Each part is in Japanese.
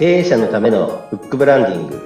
経営者のためのフックブランディング。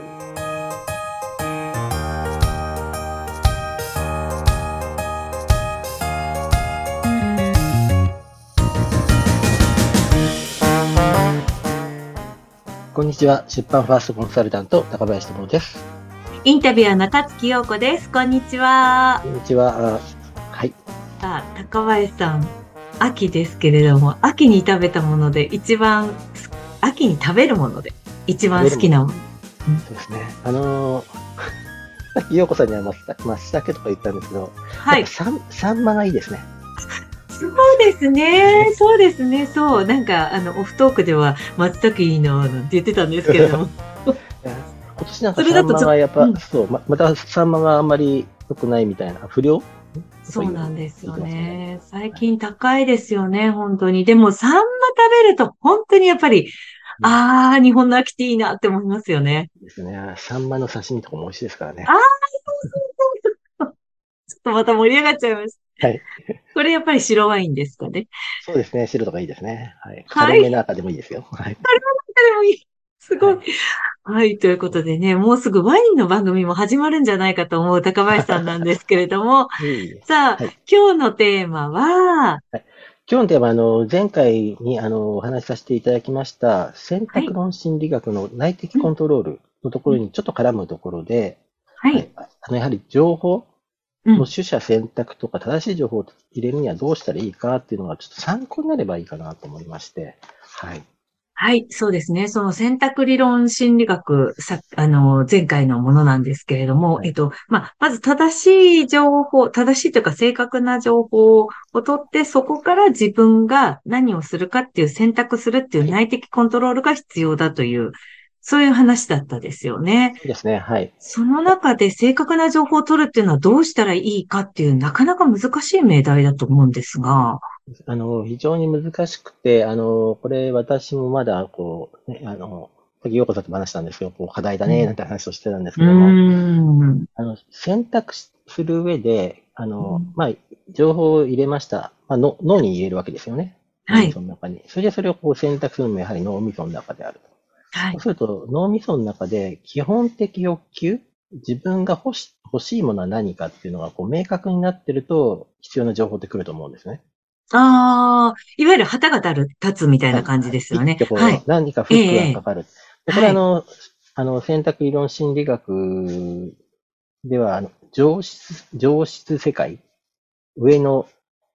こんにちは。出版ファーストコンサルタント高林智です。 インタビュアー中月陽子です。こんにちは。 こんにちは。はい。 さあ、高林さん、秋ですけれども、秋に食べたもので一番、秋に食べるもので一番食べるもの。 好きなもの。 そうですね。さっき陽子さんには松茸とか言ったんですけど、やっぱはい。 サンマがいいですね。 そうですね。そうですね。そう。オフトークでは松茸いいなって言ってたんですけれども。 いや今年なんかそれサンマだとうん。 またサンマがあんまり良くないみたいな、不良とかそうなんですよ聞いてますよね。 ね。最はい。 近高いですよね、本当に。でも、サンマ食べると本当にやっぱり、 うん、 日本の秋っていいなって思いますよね。 ですね。サンマの刺身とかも美味しいですからね。 ああ、そうそうそう。ちょっとまた盛り上がっちゃいました。 はい。 これやっぱり白ワインですかね。 そうですね。白とかいいですね。はい。 はい。 軽めの赤でもいいですよ。はい。 でもいい。すごい。 はい。 はい。ということでね、もうすぐワインの番組も始まるんじゃないかと思う高林さんなんですけれども、 いえいえ。 さあ、 はい。 今日のテーマは、 はい。今日のテーマは、前回に、お話しさせていただきました、選はい。 択論心理学の内的うん、 コントロールのとこうん、 ろにちょっと絡むところで、はい。 はい。 やはり情報うん。 の取捨選択とか正しい情報を入れるにはどうしたらいいかっていうのがちょっと参考になればいいかなと思いまして、はい。 はい、そうですね。その選択理論心理学、前回のものなんですけれども、 はい。 まず正しいというか正確な情報を取って、そこから自分が何をするかっていう選択するっていうはい。 内的コントロールが必要だという、そういう話だったですよね。 そうですね。はい。 その中で正確な情報を取るっていうのはどうしたらいいかっていう、なかなか難しい命題だと思うんですが、 非常に難しくて、これ私もまだ、さっき陽子さんとも話したんですけど、課題だね、なんうん。 て話をしてたんですうーけども、 ん。 選択する上で、 うん。 情報を入れました。の脳に入れるわけですよね。脳みそはい。 の中に。それでそれをこう選択するのもやはり脳みその中であると。 はい。 そうすると、脳みその中で基本的欲求、自分が欲しいものは何かっていうのがこう明確になってると、必要な情報ってくると思うんですね。 ああ、いわゆる旗が立つみたいはい。 な感じですピッよね。 てこう、 はい。 何かフックええ、ええ。 がかかる。で、これはい。 選択理論心理学では、上質世界、上の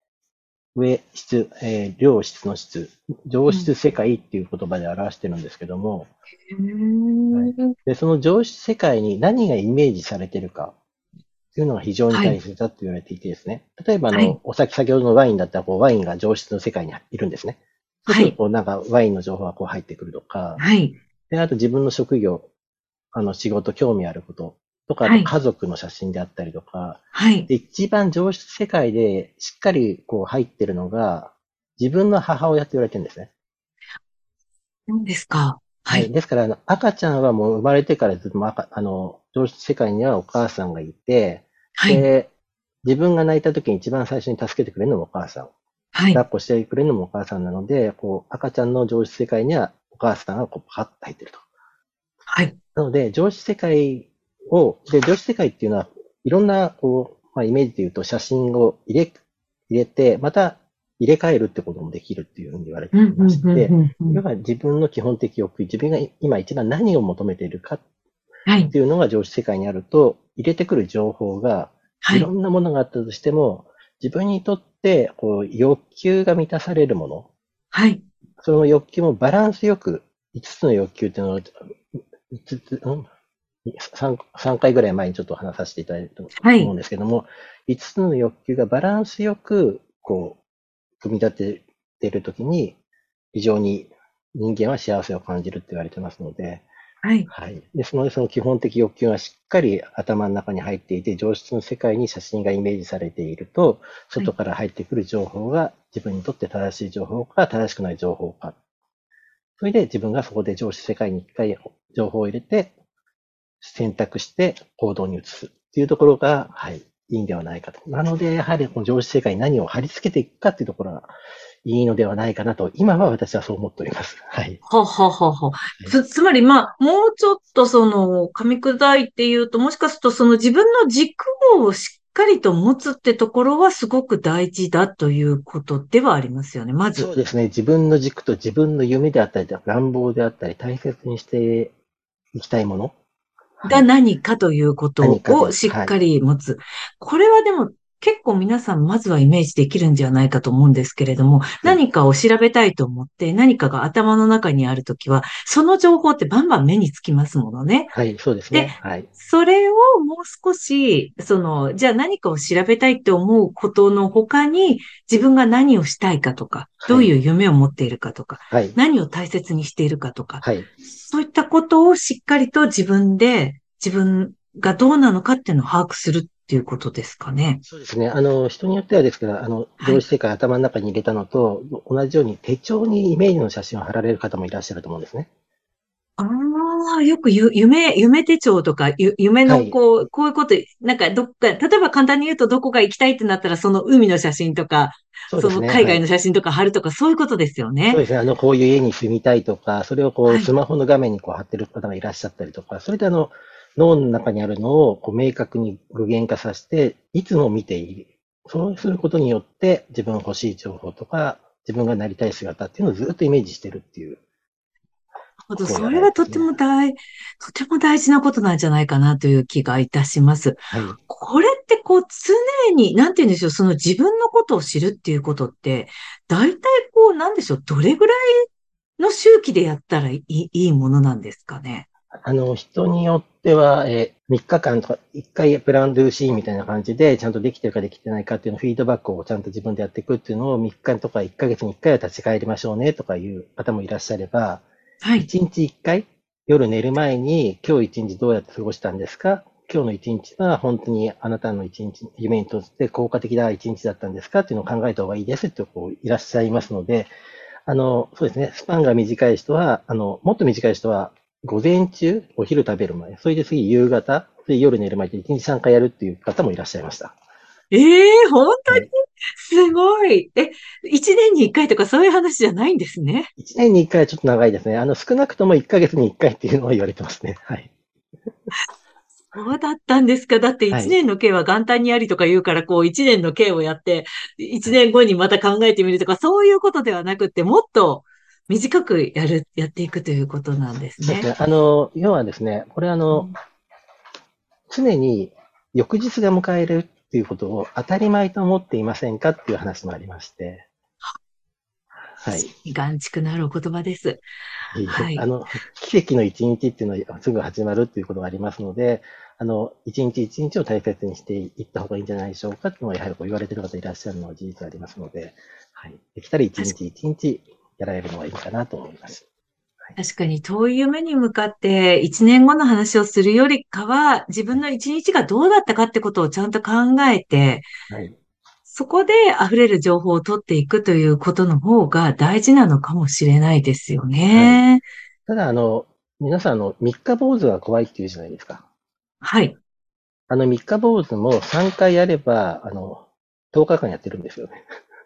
量質の質、上うん。 質世界っていう言葉で表してるんですけども、 うはい。 ーん。 で、その上質世界に何がイメージされてるかっていうのが非常にはい。 大切だと言われていてですね。例えばはい。 先ほどのワインだったら、こう、ワインが上質の世界にいるんですね。そうすると、 はい。 こう、なんか、ワインの情報がこう入ってくるとか、 はい。 で、あと自分の職業、仕事、興味あることとか、あはい。 と家族の写真であったりとか、 はい。 で、一番上質世界でしっかりこう入ってるのが、自分の母親って言われてるんですね。 何ですか？ははい。 い。 ですから、赤ちゃんはもう生まれてからずっと上質世界にはお母さんがいて、 はい。 で、自分が泣いた時に一番最初に助けてくれるのもお母さん。 はい。 抱っこしてくれるのもお母さんなので、こう、赤ちゃんの上質世界にはお母さんがこう、パッと入ってると。 はい。 なので、上質世界っていうのは、いろんな、こう、イメージで言うと、写真を入れて、また入れ替えるってこともできるっていうふうに言われてうん、 いまうん、うん、うして、 ん、うん。 要は自分の基本的欲求、自分が今一番何を求めているかっはい。 ていうのが上質世界にあると、入れてくる情報が、 はい。 いろんなものがあったとしても、自分にとって、こう、欲求が満たされるもの、 はい。 その欲求もバランスよく、5つの欲求っていうのを、5つ、3回ぐらい前にちょっと話させていただいたと思うんはい。 ですけども、5つの欲求がバランスよく、こう、組み立てているときに、非常に人間は幸せを感じるって言われてますので、 はい。 はい。で、その基本的欲求がしっかり頭の中に入っていて、上質の世界に写真がイメージされていると、 はい。 外から入ってくる情報が自分にとって正しい情報か、正しくない情報か。それで自分がそこで上質世界に一回情報を入れて、選択して行動に移すっていうところが、はい、 いいんではないかと。なので、やはりこの常識世界に何を貼り付けていくかっていうところがいいのではないかなと、今は私はそう思っております。はい。 はははは。 はい。 つまり、まあ、もうちょっと噛み砕いて言うと、もしかするとその自分の軸をしっかりと持つってところはすごく大事だということではありますよね、まず。 そうですね。自分の軸と自分の夢であったり、願望であったり、大切にしていきたいもの。はがい。 何かということ何かで、 をしっはい。 かり持つ。これはでも結構皆さんまずはイメージできるんじゃないかと思うんですけれども、 はい。 何かを調べたいと思って何かが頭の中にあるときは、その情報ってバンバン目につきますものね。 はい。そうですで、 ね。はい。 それをもう少し、じゃあ何かを調べたいって思うことの他に、自分が何をしたいかとか、どはい。 ういう夢を持っているかとか、 はい。 何を大切にしているかとか、 はい。 そういったことをしっかりと自分がどうなのかっていうのを把握するっていうことですかね。 そうですね。人によってはですけど、 はい。 同時世界頭の中に入れたのと、同じように手帳にイメージの写真を貼られる方もいらっしゃると思うんですね。 ああ、よく夢手帳とか、夢はい。 のこういうこと、なんかどっか、例えば簡単に言うとどこか行きたいってなったら、その海の写真とか、そのそうですね。はい。 海外の写真とか貼るとか、そういうことですよね。 そうですね。こういう家に住みたいとか、それをこう、 はい。 スマホの画面にこう貼ってる方がいらっしゃったりとか、それで脳の中にあるのをこう明確に具現化させて、いつも見ている。そうすることによって、自分が欲しい情報とか、自分がなりたい姿っていうのをずっとイメージしてるっていうことをやそれはとてられてますね。 もとても大事なことなんじゃないかなという気がいたします。 はい。 これって常に、なんて言うんでしょう、その自分のことを知るっていうことって、大体なんでしょう、どれぐらいの周期でやったらいいものなんですかね。 人によっては、3日間とか、1回プランドゥーシーンみたいな感じで、ちゃんとできてるかできてないかっていうのをフィードバックをちゃんと自分でやっていくっていうのを3日とか1ヶ月に1回は立ち返りましょうねとかいう方もいらっしゃれば、 はい。 1日1回、夜寝る前に今日1日どうやって過ごしたんですか、今日の1日は本当にあなたの1日、夢にとって効果的な1日だったんですかっていうのを考えた方がいいですってこういらっしゃいますので、そうですね。スパンが短い人は、もっと短い人は、午前中、お昼食べる前、それで次夕方、で夜寝る前で1日3回やるっていう方もいらっしゃいました。 ええ本当にはい。 すごい。一年に一回とかそういう話じゃないんですね。 1年に1回はちょっと長いですね。少なくとも1ヶ月に1回っていうのは言われてますね。はい。 そうだったんですか。だってはい。 一年の計は元旦にありとか言うから、一年の計をやって、一はい。 年後にまた考えてみるとか、そういうことではなくて、もっと短くやっていくということなんですね。 そうですね。要はですね、これうん常に翌日が迎えるっていうことを当たり前と思っていませんかっていう話もありまして、はい。 眼蓄のあるお言葉です。 いいえ、 はい。 奇跡の一日っていうのはすぐ始まるっていうことがありますので、一日一日を大切にしていった方がいいんじゃないでしょうかっていうのは、やはりこう言われている方いらっしゃるのは事実ありますので、はい。できたら一日一日やられるのがいいかなと思います。はい。 確かに遠い夢に向かって一年後の話をするよりかは、自分の一日がどうだったかってことをちゃんと考えて、 はい。 そこで溢れる情報を取っていくということの方が大事なのかもしれないですよはい。 ね。 ただ、皆さん、三日坊主が怖いっていうじゃないですか。 はい。 三日坊主も3回やれば、10日間やってるんですよね。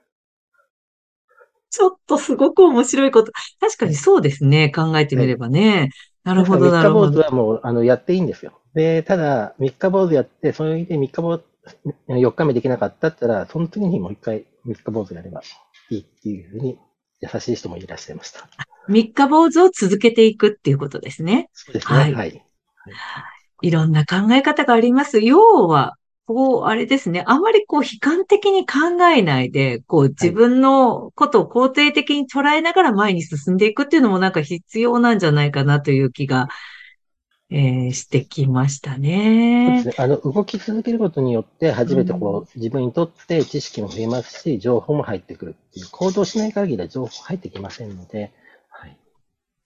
ちょっとすごく面白いこと。確かにはい。 そうですね。考えてみれはい。 ばね。なるですから、 ほど、 三日坊なるほど。 主はもう、やっていいんですよ。で、ただ、三日坊主やって、それで三日坊主、4日目できなかったったら、その次にもう一回三日坊主やればいいっていうふうに、優しい人もいらっしゃいました。 三日坊主を続けていくっていうことですね。 そうですね。 はい。 はい。はい。 いろんな考え方があります。要は、あれですね。あまり悲観的に考えないで、 はい。 自分のことを肯定的に捉えながら前に進んでいくっていうのもなんか必要なんじゃないかなという気が、してきましたね。 そうですね。動き続けることによって、 う初めてん、 自分にとって知識も増えますし、情報も入ってくるっていう、行動しない限りは情報入ってきませんので、はい。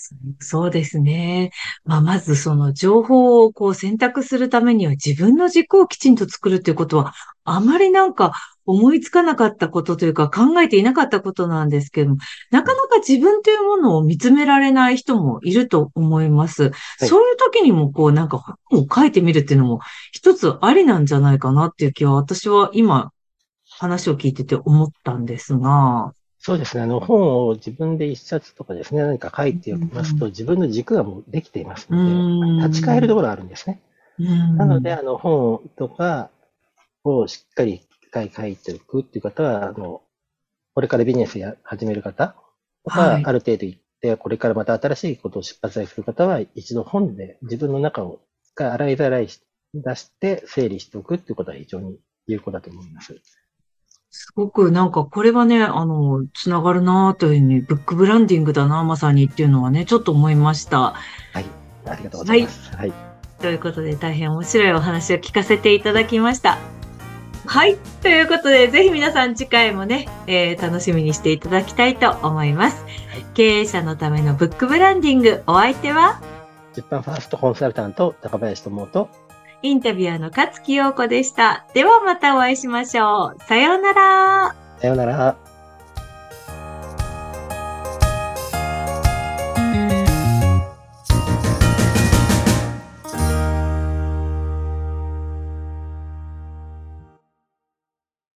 そうですね。まあ、まずその情報をこう選択するためには自分の軸をきちんと作るっていうことは、あまりなんか思いつかなかったことというか考えていなかったことなんですけども、なはい。 かなか自分というものを見つめられない人もいると思います。 はい。 そういう時にもこうなんか本を書いてみるっていうのも一つありなんじゃないかなっていう気は私は今話を聞いてて思ったんですが。 そうですね。本を自分で一冊とかですね、何か書いておきますと、 うん、 自分の軸がもうできていますうので、立ち返るとん、 ころがあるんですね。 うなので、 ん、 本とかをしっかり書いておくっていう方は、これからビジネスや始める方とか、 はい。 ある程度行って、これからまた新しいことを出発する方は、一度本で自分の中を洗いざらい出して整理しておくっていうことは非常に有効だと思います。 すごくなんかこれはね、つながるなというふうに、ブックブランディングだな、まさにっていうのはね、ちょっと思いました。 はい。ありがとうござはい。 います。はい。 ということで、大変面白いお話を聞かせていただきました。はい。ということで、ぜひ皆さん次回もね、楽しみにしていただきたいと思います。 はい。 経営者のためのブックブランディング、お相手は、 出版ファーストコンサルタント、高林智と、 インタビュアーの勝木陽子でした。ではまたお会いしましょう。さようなら。 さようなら。